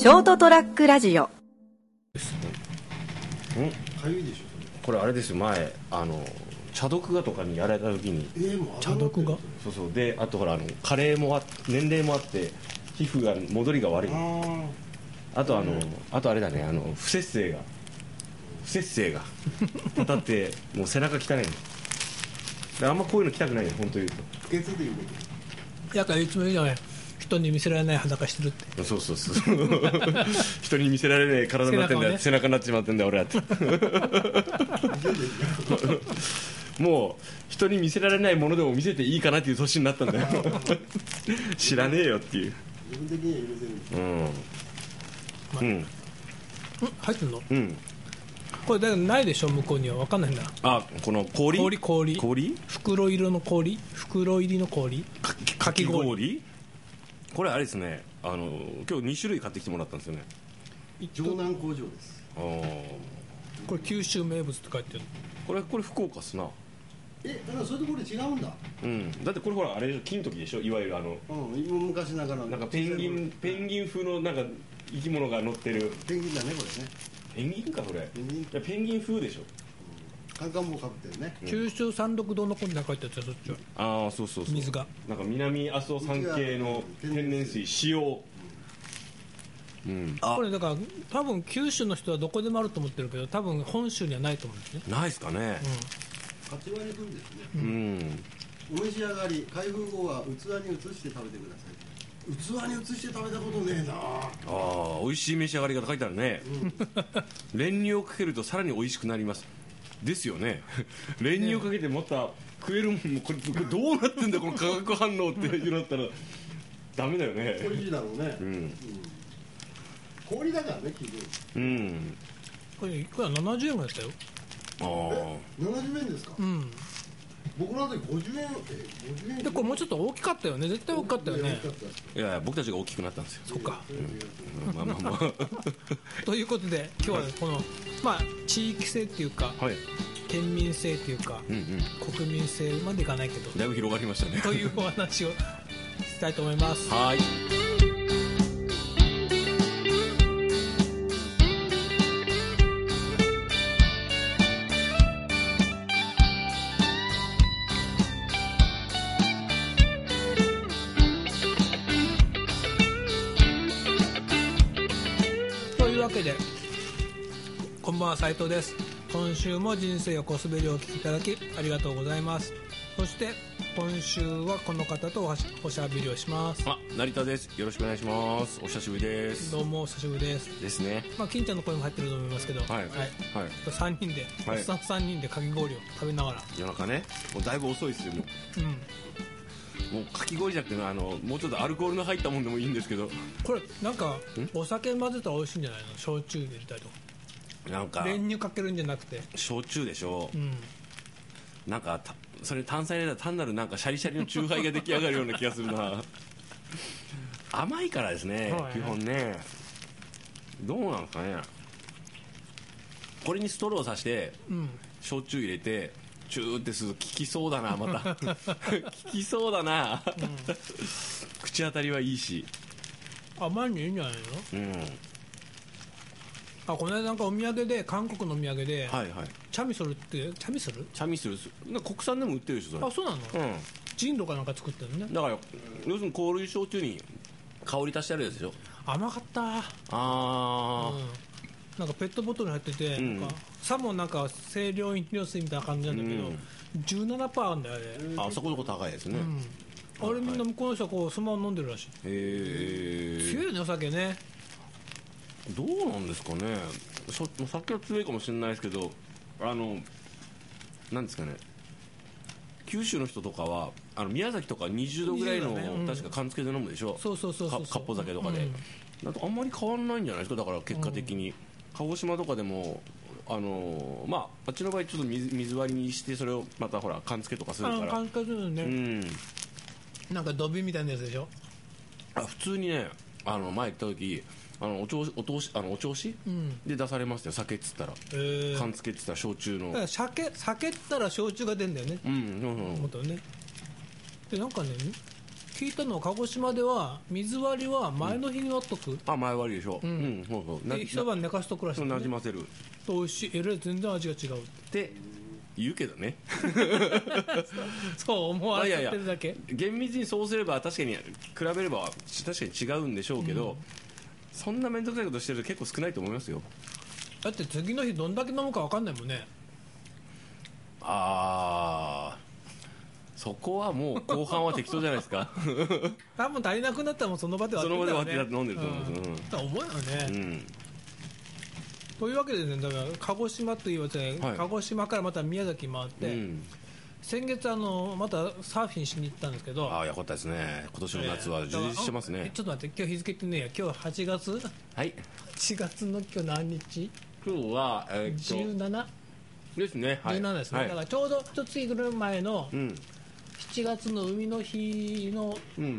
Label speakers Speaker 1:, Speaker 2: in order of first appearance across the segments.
Speaker 1: ショートトラックラジオ。
Speaker 2: かゆいでしょ
Speaker 3: これあれですよ、前茶毒画とかにやられた時に、
Speaker 2: もう
Speaker 4: 茶毒が
Speaker 3: そうで、あとほら加齢も年齢もあって皮膚が戻りが悪い。あとあとあれだね、不節制がたたってもう背中汚いので、あんまこういうの着たくないよ、本当言うと。
Speaker 2: 不潔ということ
Speaker 4: やからいつも言うじゃない、人に見せられない裸してるって。
Speaker 3: そう人に見せられない体になってんだよ、背中になってしまってんだよ俺はってもう人に見せられないものでも見せていいかなっていう年になったんだよ知らねえよっていう。
Speaker 2: 自分的には許せる。
Speaker 4: 入ってんの？
Speaker 3: こ
Speaker 4: れだからないでしょ、向こうには。分かんないんだ。
Speaker 3: この氷
Speaker 4: 袋入りの氷、かき氷。
Speaker 3: これあれですね、今日2種類買ってきてもらったんですよね。
Speaker 2: 城南工場です。
Speaker 4: これ九州名物って書いてる。
Speaker 3: これ福岡っすな。
Speaker 2: だからそういうところで違うんだ。
Speaker 3: だってこれほらあれ金時でしょ、いわゆる
Speaker 2: 昔ながら
Speaker 3: なんかペンギン風のなんか生き物が乗ってる。
Speaker 2: ペンギンだね、これね。
Speaker 3: ペンギンかこれ。ペンギン風でしょ。
Speaker 2: カンカンもかぶってるね。
Speaker 4: 九州三六堂の子に書いてあったやつ、そっちは。
Speaker 3: そう
Speaker 4: 水が
Speaker 3: なんか南阿蘇山系の天然水使用。
Speaker 4: これだから多分九州の人はどこでもあると思ってるけど、多分本州にはないと思うんですね。
Speaker 3: ないですかね。
Speaker 2: かち割り風ですね。お召し上がり、開封後は器に移して食べてください。器に移して食べたことねえな。
Speaker 3: 美味しい召し上がり方書いてあるね。練乳をかけるとさらに美味しくなりますですよね。練乳をかけてまた食えるもんもこれどうなってんだこの化学反応っていうのだったらダメだよね。
Speaker 2: 美味しいだろうね。氷だからね、基本。
Speaker 4: これいくら70円ぐらいだったよ。
Speaker 2: 70円ですか。僕の時50円。
Speaker 4: でこれもうちょっと大きかったよね。絶対大きかったよね。
Speaker 3: いや僕たちが大きくなったんですよ。
Speaker 4: そっか。
Speaker 3: まあ
Speaker 4: ということで今日はこの地域性っていうか、県民性っていうか、国民性までいかないけど
Speaker 3: だいぶ広がりましたね
Speaker 4: というお話をしたいと思います。
Speaker 3: はい。
Speaker 4: こんばんは、斉藤です。今週も人生横滑りをお聞きいただきありがとうございます。そして今週はこの方とおしゃべりをします。
Speaker 3: 成田です。よろしくお願いします。お久しぶりです。
Speaker 4: どうもお久しぶりです
Speaker 3: ですね。
Speaker 4: 金ちゃんの声も入ってると思いますけど、3人で、おっさん3人でかき氷を食べながら、
Speaker 3: 夜中ね、もうだいぶ遅いですよ。もうかき氷じゃなくてもうちょっとアルコールの入ったもんでもいいんですけど、こ
Speaker 4: れなんかお酒混ぜたら美味しいんじゃないの？焼酎入れたりとか、なんか練乳かけるんじゃなくて
Speaker 3: 焼酎でしょ。なんかそれ炭酸入れたら単なるなんかシャリシャリのチューハイが出来上がるような気がするな甘いからですね、基本ね。どうなんですかね。これにストローさして、焼酎入れてチューってすると効きそうだな。また効きそうだな、口当たりはいいし
Speaker 4: 甘いのいいんじゃないの？この間なんかお土産で、韓国のお土産で、チャミソルってチャミソル
Speaker 3: 国産でも売ってるでしょそれ。
Speaker 4: そうなの？ジンロかなんか作ってるね。
Speaker 3: だから要するに香類焼酎に香り足してあるやつでしょ。
Speaker 4: 甘かった。なんかペットボトルに入ってて、なんかさもなんか清涼飲料水みたいな感じなんだけど、17% あんだよあれ。
Speaker 3: そこそこ高いですね。
Speaker 4: あれみんな向こうの人はこうそのまま飲んでるらしい。強いね、お酒ね。
Speaker 3: どうなんですかね。酒は強いかもしれないですけど、なんですかね、九州の人とかは宮崎とか20度ぐらいの、確か缶付けで飲むでしょ。そうかっぽ酒とかで、だとあんまり変わらないんじゃないですか。だから結果的に、鹿児島とかでもあっちの場合ちょっと水割りにして、それをまたほら缶付けとかするから。
Speaker 4: 缶付けするね。なんか土瓶みたいなやつでしょ。
Speaker 3: 普通にね、前行った時お調子、で出されましたよ。酒っつったら、缶付けっつったら焼酎の。
Speaker 4: だから酒っつったら焼酎が出るんだよね。もっとね。でなんかね、 聞いたのは鹿児島では水割りは前の日に割っとく、
Speaker 3: あ、前割りでしょ。そうそう。
Speaker 4: で一晩寝かしとくらしい、
Speaker 3: なじませる。
Speaker 4: 美味しい、全然味が違う
Speaker 3: って言うけどね。
Speaker 4: そう思われちゃってるだけ。
Speaker 3: 厳密にそうすれば確かに比べれば確かに違うんでしょうけど、そんな面倒くさいことしてると結構少ないと思いますよ。
Speaker 4: だって次の日どんだけ飲むか分かんないもんね。
Speaker 3: そこはもう後半は適当じゃないですか。
Speaker 4: 多分足りなくなったらもうその場で割ってるんだよね。
Speaker 3: その場で割って飲んでると思うんです。
Speaker 4: と思うよね、というわけでね、だから鹿児島という鹿児島からまた宮崎回って、先月またサーフィンしに行ったんですけど、
Speaker 3: よかったですね。今年の夏は充実してますね。
Speaker 4: ちょっと待って、今日日付ってねえや、今日8月、
Speaker 3: はい、
Speaker 4: 8月の今日何日？
Speaker 3: 今日は、
Speaker 4: 17
Speaker 3: ですね、
Speaker 4: 17ですね、だからちょうど一月ぐらい前の7月の海の日の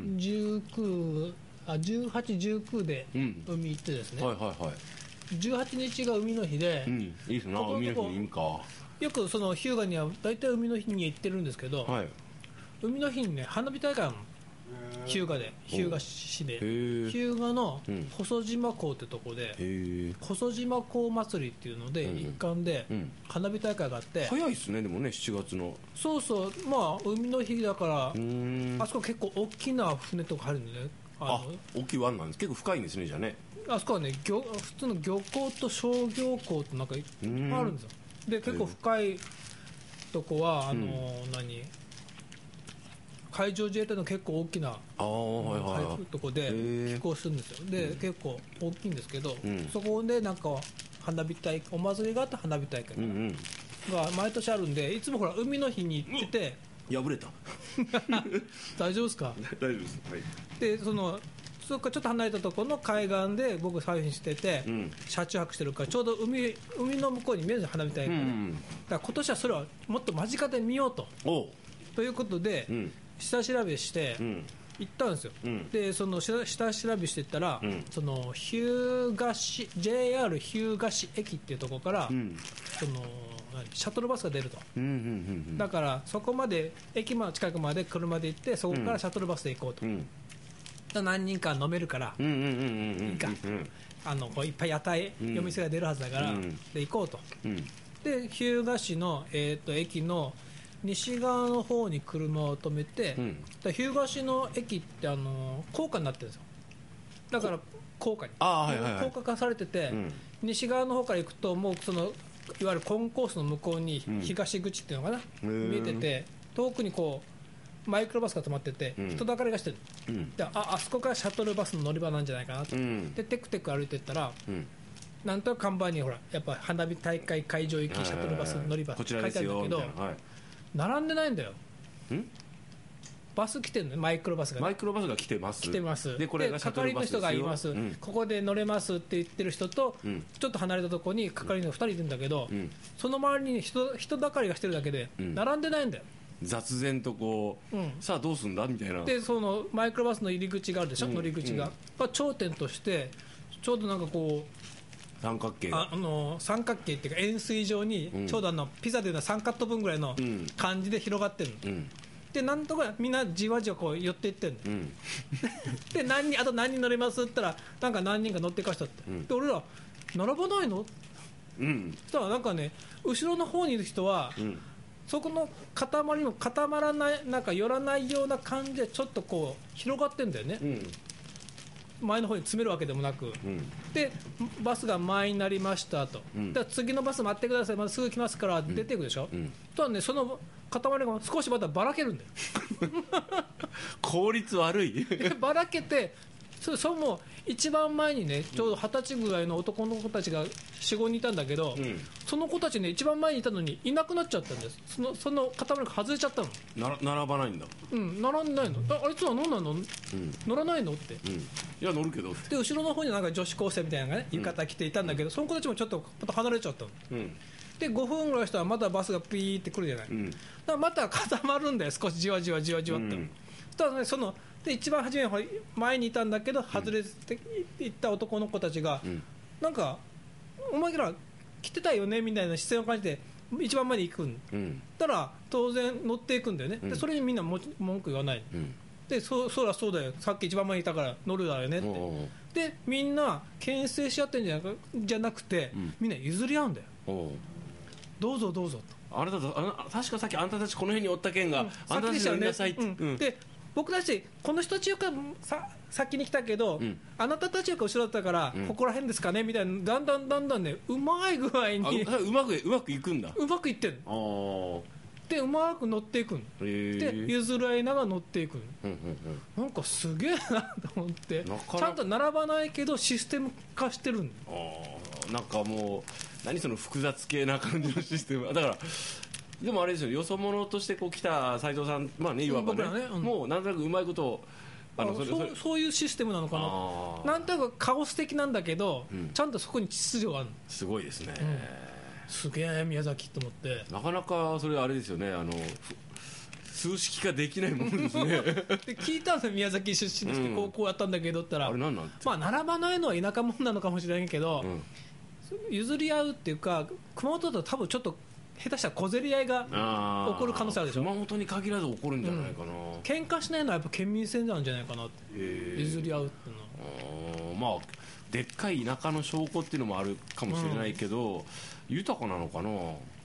Speaker 4: 18、19で海行ってですね、18日が海の日で、
Speaker 3: いいですな、海の日にいいか。
Speaker 4: よくその日向には大体海の日に行ってるんですけど、海の日にね花火大会あるの、日向市で、日向の細島港ってとこで細島港祭りっていうので一環で花火大会があって、
Speaker 3: 早いですね。でもね、7月の、
Speaker 4: そうそう、まあ海の日だから、あそこ結構大きな船とか入るんでね、
Speaker 3: 大きい湾なんです。結構深いんですね、じゃあね。
Speaker 4: あそこはね、普通の漁港と商業港ってなんかいっぱいあるんですよ。で結構深いとこは海上自衛隊の結構大きなとこで飛行するんですよ。で結構大きいんですけど、そこでなんか花火大会、お祭りがあった花火大会が毎年あるんで、いつもほら海の日に行ってて、
Speaker 3: 破れた。
Speaker 4: 大丈夫ですか？
Speaker 3: 大丈夫です。
Speaker 4: でそこからちょっと離れたところの海岸で僕サーフィンしてて、車中泊してるからちょうど海の向こうに見えるんですよ、花火大会で、だから今年はそれはもっと間近で見ようということで、下調べして行ったんですよ。でその下調べしていったら、そのJR 日向市駅っていうところから、そのシャトルバスが出ると、だからそこまで駅近くまで車で行って、そこからシャトルバスで行こうと、何人か飲めるからいいか、こういっぱい屋台、夜店が出るはずだから、で行こうと、で日向市の、駅の西側の方に車を止めて、日向市の駅って高架になってるんですよ。だから高架に高架化されてて、西側の方から行くともうそのいわゆるコンコースの向こうに東口っていうのかな、見えてて、遠くにこうマイクロバスが止まってて、人だかりがしてる、であそこからシャトルバスの乗り場なんじゃないかなと、でテクテク歩いていったら、なんとなく看板にほらやっぱ花火大会会場行きシャトルバス乗り場って書いてあるんだけど、並んでないんだよ。バス来てるの、マイクロバスが、
Speaker 3: マイクロバスが来てます。でこれがシャトルバスですよ。
Speaker 4: 係の人がいます、ここで乗れますって言ってる人と、ちょっと離れたところに係の2人いるんだけど、その周りに人だかりがしてるだけで並んでないんだよ。
Speaker 3: 雑然とこう、さあどうすんだみたいな。
Speaker 4: でそのマイクロバスの入り口があるでしょ、乗り口が、頂点としてちょうどなんかこう
Speaker 3: 三角形
Speaker 4: 三角形っていうか円錐状に、ちょうどピザでいうのは3カット分ぐらいの感じで広がってるの、でなんとかみんなじわじわこう寄っていってるの、であと何人乗れますって言ったらなんか何人か乗っていかしたって、で俺ら並ばないの、そしたらなんかね、後ろの方にいる人は、そこの塊も固まらない、なんか寄らないような感じでちょっとこう広がってんだよね、前の方に詰めるわけでもなく、でバスが前になりましたと、で次のバス待ってください、またすぐ来ますから出ていくでしょ、とはね、その塊が少しまたばらけるんだよ
Speaker 3: 効率悪い
Speaker 4: ばらけて、その一番前にね、ちょうど20歳ぐらいの男の子たちが 4,5 人いたんだけど、その子たちね、一番前にいたのにいなくなっちゃったんです。その塊が外れちゃったの。
Speaker 3: 並ばないんだ。
Speaker 4: 並んでないの。あいつは何なの、乗らないのって、
Speaker 3: いや乗るけど。で
Speaker 4: 後ろの方になんか女子高生みたいなのがね、浴衣着ていたんだけど、その子たちもちょっとまた離れちゃったの、で5分ぐらいしたらまたバスがピーって来るじゃない、だからまた固まるんだよ、少しじわじわって、ただね、で一番初め前にいたんだけど外れていった男の子たちが、なんかお前ら来てたよねみたいな視線を感じて一番前に行くん、だから当然乗っていくんだよね、でそれにみんな文句言わない、 でそりゃそうだよ、さっき一番前にいたから乗るだろうねって。でみんな牽制し合ってんじゃなくて、みんな譲り合うんだよ。どうぞどうぞと。
Speaker 3: あれだと確かさっきあんたたちこの辺におった件が、あんたたち乗りなさいって、
Speaker 4: で僕たちこの人たちよく先に来たけど、あなたたちよく後ろだったから、ここら辺ですかねみたいな、だんだんね、うまい具合に
Speaker 3: うまくいくんだ。
Speaker 4: うまくいってるで、うまく乗っていくんで、譲り合いながら乗っていくん、なんかすげえなと思って、ちゃんと並ばないけどシステム化してるん
Speaker 3: なんかもう何その複雑系な感じのシステムだからでもあれですよ、よそ者としてこう来た斉藤さん、まあね、いわばね、もうなんとなくうまいことを
Speaker 4: そういうシステムなのかな、なんとなくカオス的なんだけど、ちゃんとそこに秩序があるの。
Speaker 3: すごいですね、
Speaker 4: すげえ宮崎と思って。
Speaker 3: なかなかそれあれですよね、数式化できないものですね
Speaker 4: で聞いたんですよ、宮崎出身の人、こうやったんだけどって言ったら、
Speaker 3: あれなんなんて、
Speaker 4: まあ並ばないのは田舎者なのかもしれないけど、譲り合うっていうか、熊本だと多分ちょっと下手したら小競り合いが起こる可能性あるでしょ。
Speaker 3: 熊本に限らず起こるんじゃないかな、
Speaker 4: 喧嘩しないのはやっぱ県民性なんじゃないかなって、譲り合うっていうのは。
Speaker 3: まあでっかい田舎の証拠っていうのもあるかもしれないけど、豊かなのかな、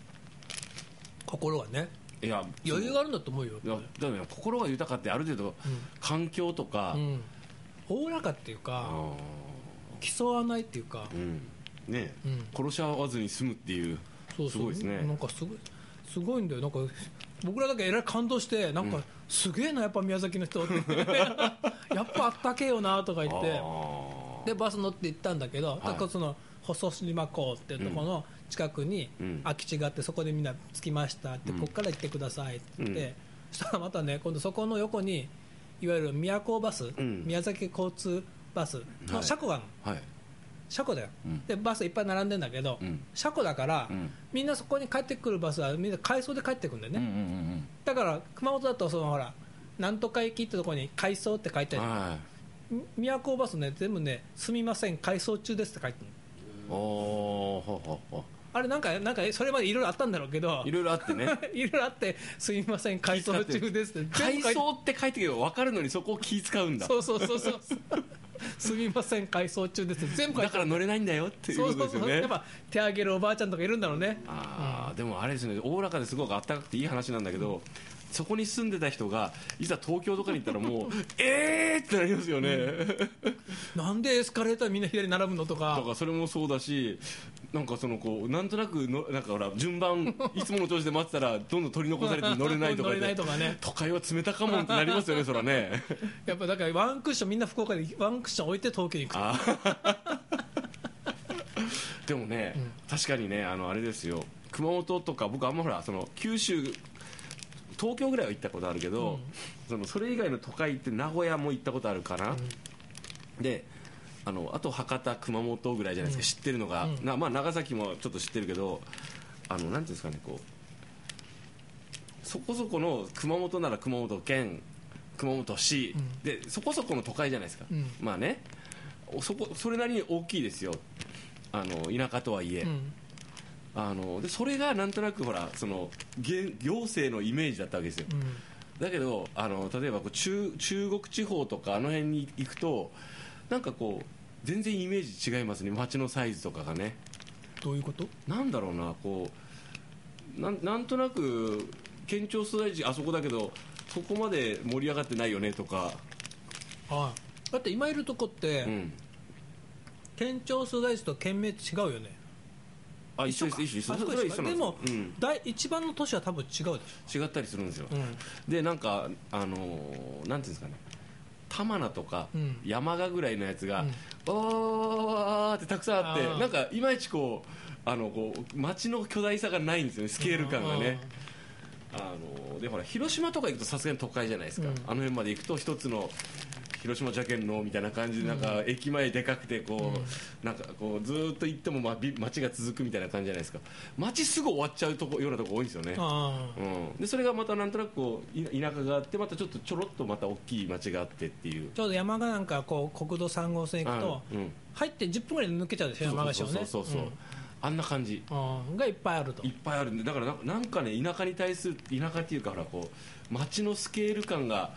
Speaker 4: 心はね。
Speaker 3: いや
Speaker 4: 余裕があるんだと思うよ。
Speaker 3: いやだから心が豊かってある程度、環境とか、
Speaker 4: おおらかっていうか、競わないっていうか、
Speaker 3: ね、殺し合わずに済むっていう、すごいですね。
Speaker 4: なんかすごいんだよ。なんか僕らだけえらい感動して、なんかすげえなやっぱ宮崎の人ってやっぱあったけえよなとか言って、でバス乗って行ったんだけど、その細島港っていうところの近くに空き地があって、そこでみんな着きましたって、ここから行ってくださいって言って、そしたらまたね、今度そこの横にいわゆる宮古バス、宮崎交通バスの車庫があるの、車庫だよ、でバスいっぱい並んでんだけど、車庫だから、みんなそこに帰ってくるバスはみんな回送で帰ってくるんだよね、だから熊本だとそのほらなんとか駅ってところに回送って書いてある、宮古バスね、全部ね、すみません回送中ですって書いてある。あれなんかそれまでいろいろあったんだろうけど、
Speaker 3: いろいろあってね
Speaker 4: いろいろあって、すみません回送中ですって
Speaker 3: 回送って書いてるけど分かるのにそこを気使うんだ。
Speaker 4: そうすみません回送中ですって全部書いてある。
Speaker 3: だから乗れないんだよっていうことですよね。
Speaker 4: やっぱ手上げるおばあちゃんとかいるんだろうね。
Speaker 3: でもあれですね、おおらかですごくあったかくていい話なんだけど、そこに住んでた人がいざ東京とかに行ったらもうってなりますよね、
Speaker 4: なんでエスカレーターみんな左に並ぶのとか
Speaker 3: それもそうだし、なんかなんとなくのなんかほら順番いつもの調子で待ってたらどんどん取り残されて乗れないとかね、都会は冷たかもんってなりますよねそらね
Speaker 4: やっぱだからワンクッションみんな福岡でワンクッション置いて東京に行く
Speaker 3: でもね、確かにね、あれですよ、熊本とか僕あんまほら九州東京ぐらいは行ったことあるけど、それ以外の都会って名古屋も行ったことあるかな、であと博多熊本ぐらいじゃないですか、知ってるのが、まあ、長崎もちょっと知ってるけど、なんていうんですかね、こうそこそこの熊本なら熊本県熊本市、でそこそこの都会じゃないですか、まあね、それなりに大きいですよ、田舎とはいえ、でそれがなんとなくほら行政のイメージだったわけですよ、だけど例えば中国地方とかあの辺に行くとなんかこう全然イメージ違いますね、街のサイズとかがね。
Speaker 4: どういうこと？
Speaker 3: なんだろうな、こうなんとなく県庁所在地あそこだけどそこまで盛り上がってないよねとか、
Speaker 4: だって今いるとこって、県庁所在地と県名って違うよね。
Speaker 3: 一緒です
Speaker 4: でも、一番の都市は多分違うで
Speaker 3: しょ。違ったりするんですよ、でなんかなんていうんですかね、玉名とか、山鹿ぐらいのやつが、おーってたくさんあって、なんかいまいちこう街の巨大さがないんですよね、スケール感がね。でほら広島とか行くとさすがに都会じゃないですか、あの辺まで行くと一つの広島じゃけんのみたいな感じで、なんか駅前でかくてこう、なんかこうずーっと行っても街が続くみたいな感じじゃないですか。街すぐ終わっちゃうようなとこ多いんですよね、でそれがまたなんとなくこう田舎があって、またちょっとちょろっとまた大きい街があってっていう。
Speaker 4: ちょうど山鹿なんかこう国道3号線行くと、入って10分ぐらいで抜けちゃうでしょ、山鹿市をね。
Speaker 3: そう、あんな感じ
Speaker 4: がいっぱいあると。
Speaker 3: いっぱいあるんで、だからなんかね、田舎に対する田舎っていうかほらこう街のスケール感が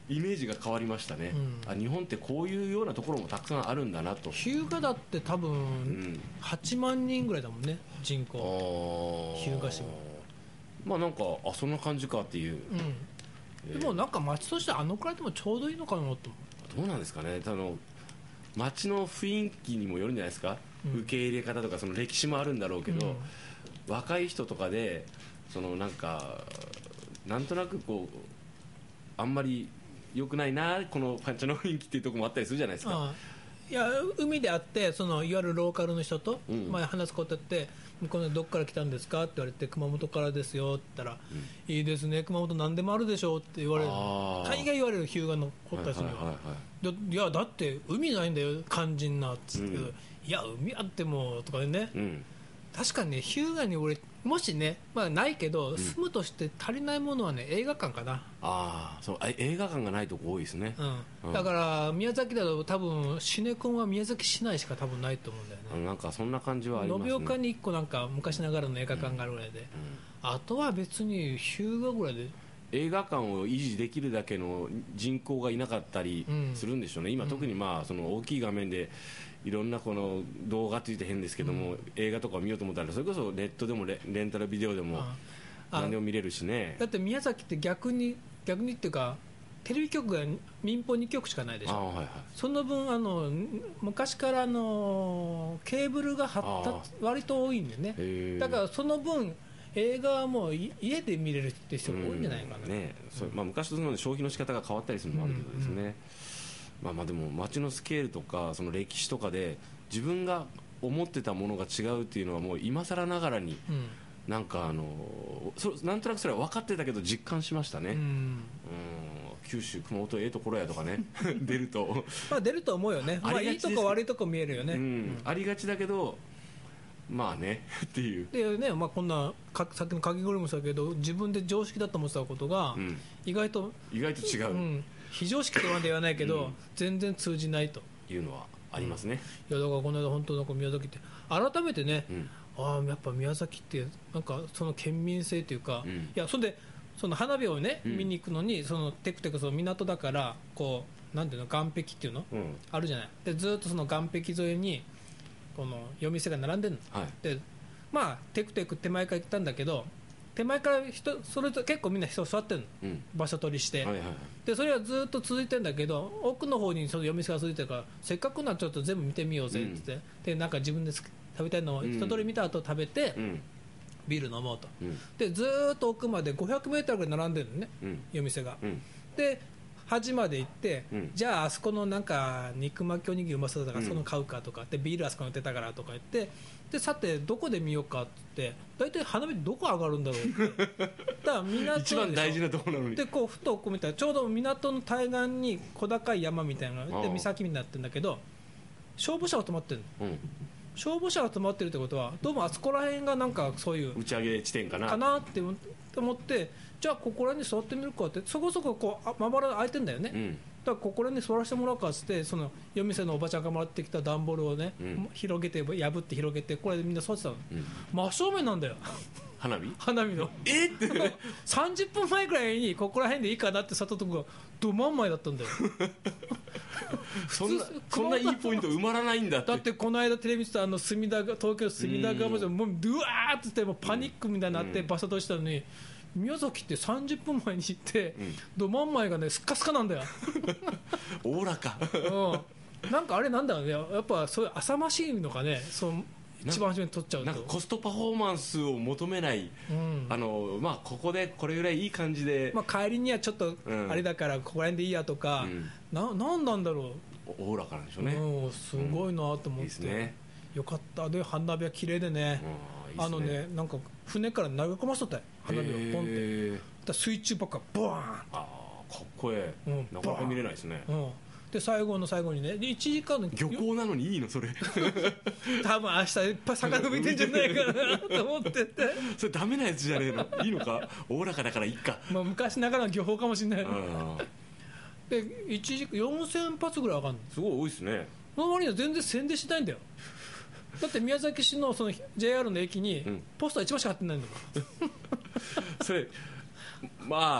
Speaker 3: イメージが変わりましたね、あ、日本ってこういうようなところもたくさんあるんだなと。
Speaker 4: 日向だって多分8万人ぐらいだもんね、人口。日向市も
Speaker 3: まあなんかそんな感じかっていう、
Speaker 4: でもなんか街としてあのくらいでもちょうどいいのかなと思う。
Speaker 3: どうなんですかね、街の雰囲気にもよるんじゃないですか、受け入れ方とかその歴史もあるんだろうけど、若い人とかでなんとなくこうあんまり良くないなこのパンチャの雰囲気っていうところもあったりするじゃないですか。
Speaker 4: いや海であっていわゆるローカルの人と、話すことって向こうでどこから来たんですかって言われて熊本からですよって言ったら、いいですね熊本何でもあるでしょって言われる、大概言われる日向の子たちには、いやだって海ないんだよ肝心なっつって、いや海あってもとかね、確かにね日向に俺もしね、ないけど住むとして足りないものはね映画館かな。
Speaker 3: そう映画館がないとこ多いですね、
Speaker 4: だから宮崎だと多分シネコンは宮崎市内しか多分ないと思うんだよね。
Speaker 3: なんかそんな感じはありますね。
Speaker 4: 延岡に1個なんか昔ながらの映画館があるぐらいで、あとは別に日向ぐらいで
Speaker 3: 映画館を維持できるだけの人口がいなかったりするんでしょうね、今特にその大きい画面でいろんなこの動画ついて変ですけども、映画とかを見ようと思ったらそれこそネットでもレンタルビデオでも何でも見れるしね。
Speaker 4: だって宮崎って逆にっていうかテレビ局が民放2局しかないでしょ、その分昔からケーブルが割と多いんでね、だからその分映画はもう家で見れるって人が多いんじゃないかな、
Speaker 3: 昔と消費の仕方が変わったりするのもあるけどですね、でも街のスケールとかその歴史とかで自分が思ってたものが違うっていうのはもう今更ながらに、なんかなんとなくそれは分かってたけど実感しましたね。九州熊本ところやとかね出ると
Speaker 4: 出ると思うよね、いいとこ悪いとこ見えるよね、
Speaker 3: ありがちだけどねっていう
Speaker 4: でね、こんなさっきのかき氷もそうだけど自分で常識だと思ってたことが、意外と違う、非常識とは言わないけど、全然通じないと
Speaker 3: いうのはありますね。
Speaker 4: いやだからこの間本当なんか宮崎って改めてね、やっぱ宮崎ってなんかその県民性というか、いやそれでその花火をね、見に行くのにテクテクその港だからこうなんていうの岸壁っていうの、あるじゃない。でずっとその岸壁沿いにこの夜店が並んでるの、でテクテク手前から行ったんだけど手前からそれと結構みんな人座ってるの、場所取りして、でそれはずっと続いてるんだけど奥の方にその夜店が続いてるからせっかくならちょっと全部見てみようぜって、でなんか自分で食べたいのを一通り見た後食べて、ビール飲もうと、でずっと奥まで500メートルぐらい並んでるのね、夜店が、で端まで行って、じゃああそこのなんか肉巻きおにぎりうまそうだからその買うかとか、でビールあそこに売ってたからとか言って、でさてどこで見ようかって大体花火どこ上がるんだろうってだから港
Speaker 3: 一番大事なところなのに
Speaker 4: でこうふとこう見たらちょうど港の対岸に小高い山みたいなのがで岬になってるんだけど消防車が止まってるの、消防車が止まってるってことはどうもあそこら辺がなんかそういう
Speaker 3: 打ち上げ地点かな
Speaker 4: って思って、じゃあここら辺に座ってみるかってそこそここうまばら空いてんだよね、だからここら辺に座らせてもらうかっつってその夜店のおばちゃんがもらってきた段ボールをね、広げて破って広げてこれでみんな座ってたの、真正面なんだよ花火のって30分前くらいにここら辺でいいかなって座ったとこがど真ん前だったんだよ
Speaker 3: そんないいポイント埋まらないんだって。
Speaker 4: だってこの間テレビした東京隅田川までもうドゥワーってってもうパニックみたいになって場所としたのに、宮崎って30分前に行って、ど真ん前がねスッカスカなんだよ
Speaker 3: おおらか
Speaker 4: なんかあれなんだろうね、やっぱそういう浅ましいのかね、一番初めに取っちゃうと
Speaker 3: なんかコストパフォーマンスを求めない、ここでこれぐらいいい感じで、
Speaker 4: 帰りにはちょっとあれだからここら辺でいいやとか、なんなんだろう、
Speaker 3: おおらかなんでしょうね、
Speaker 4: すごいなと思って、いいですね、よかった。で花火は綺麗でね、なんか船から投げ込ませとったよ花火をポンって水中ばっかボワーン、
Speaker 3: かっこええ、なかなか見れないですね、
Speaker 4: で最後の最後にね1時間の
Speaker 3: 漁港なのにいいのそれ
Speaker 4: 多分明日いっぱい魚見てんじゃないかなと思ってて
Speaker 3: それダメなやつじゃねえのいいのか、おおらかだからいいか、
Speaker 4: 昔ながらの漁法かもしれないで1時間4000発ぐらい上がるの、
Speaker 3: すごい多いですね。
Speaker 4: その割には全然宣伝しないんだよ。だって宮崎市のその JR の駅にポスター一番しか貼ってないんだもんそ
Speaker 3: れ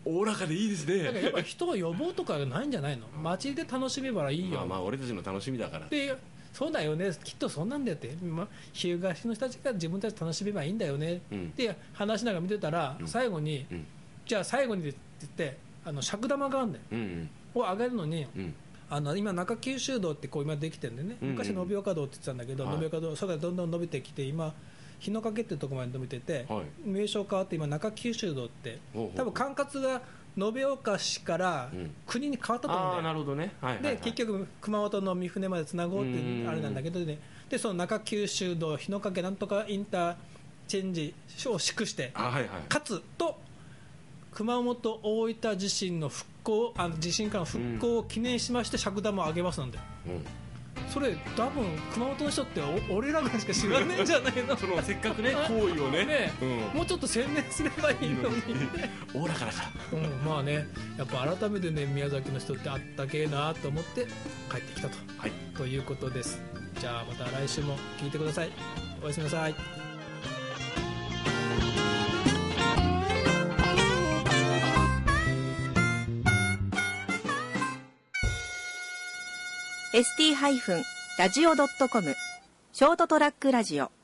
Speaker 3: おおらかでいいですね。
Speaker 4: だからやっぱ人を呼ぼうとかないんじゃないの。街で楽しめばいいよ。
Speaker 3: まあまあ俺たちの楽しみだから
Speaker 4: でそうだよね、きっとそんなんだよって、東の人たちが自分たち楽しめばいいんだよね、で話しながら見てたら、最後に、じゃあ最後にって言って尺玉があるんだよ、を上げるのに、今中九州道ってこう今できてるんでね、昔延岡道って言ってたんだけど、延岡道それがどんどん伸びてきて、今日の掛っていうところまで伸びてて、名称変わって今中九州道って、多分管轄が延岡市から国に変わったと思うんだよ。
Speaker 3: なるほどね。
Speaker 4: で結局熊本の三船までつなごうってあれなんだけどね、でその中九州道日の掛なんとかインターチェンジを祝して、かつと熊本大分地震の復興、地震からの復興を記念しまして尺玉を上げますなんで、それ多分熊本の人って俺らぐらいしか知らないんじゃないの。
Speaker 3: そのせっかくね行為をね、
Speaker 4: もうちょっと宣伝すればいいのに
Speaker 3: おおらかだから、
Speaker 4: まあね、やっぱ改めてね宮崎の人ってあったけえなと思って帰ってきたと、ということです。じゃあまた来週も聞いてください。おやすみなさい。
Speaker 1: ST-radio.com ショートトラックラジオ